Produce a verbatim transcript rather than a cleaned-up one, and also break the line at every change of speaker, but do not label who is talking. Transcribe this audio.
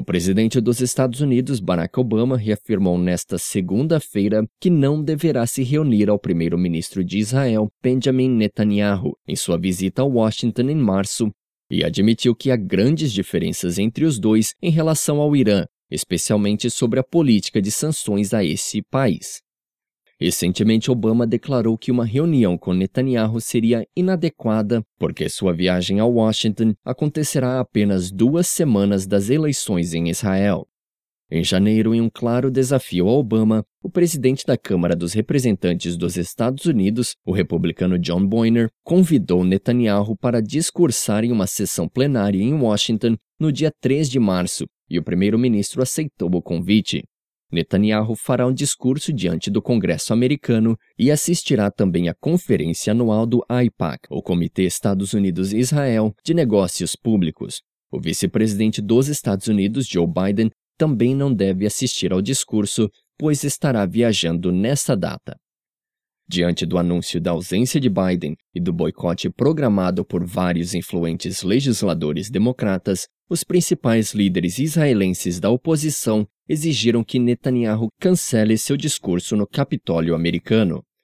presidente dos Estados Unidos, Barack Obama, reafirmou nesta segunda-feira que não deverá se reunir ao primeiro-ministro de Israel, Benjamin Netanyahu, em sua visita a Washington em março, e admitiu que há grandes diferenças entre os dois em relação ao Irã, especialmente sobre a política de sanções a esse país. Recentemente, Obama declarou que uma reunião com Netanyahu seria inadequada porque sua viagem a Washington acontecerá apenas duas semanas das eleições em Israel. Em janeiro, em um claro desafio a Obama, o presidente da Câmara dos Representantes dos Estados Unidos, o republicano John Boehner, convidou Netanyahu para discursar em uma sessão plenária em Washington no dia três de março, e o primeiro-ministro aceitou o convite. Netanyahu fará um discurso diante do Congresso americano e assistirá também à conferência anual do A I P A C, o Comitê Estados Unidos-Israel de Negócios Públicos. O vice-presidente dos Estados Unidos, Joe Biden, também não deve assistir ao discurso, pois estará viajando nessa data. Diante do anúncio da ausência de Biden e do boicote programado por vários influentes legisladores democratas, os principais líderes israelenses da oposição exigiram que Netanyahu cancele seu discurso no Capitólio americano.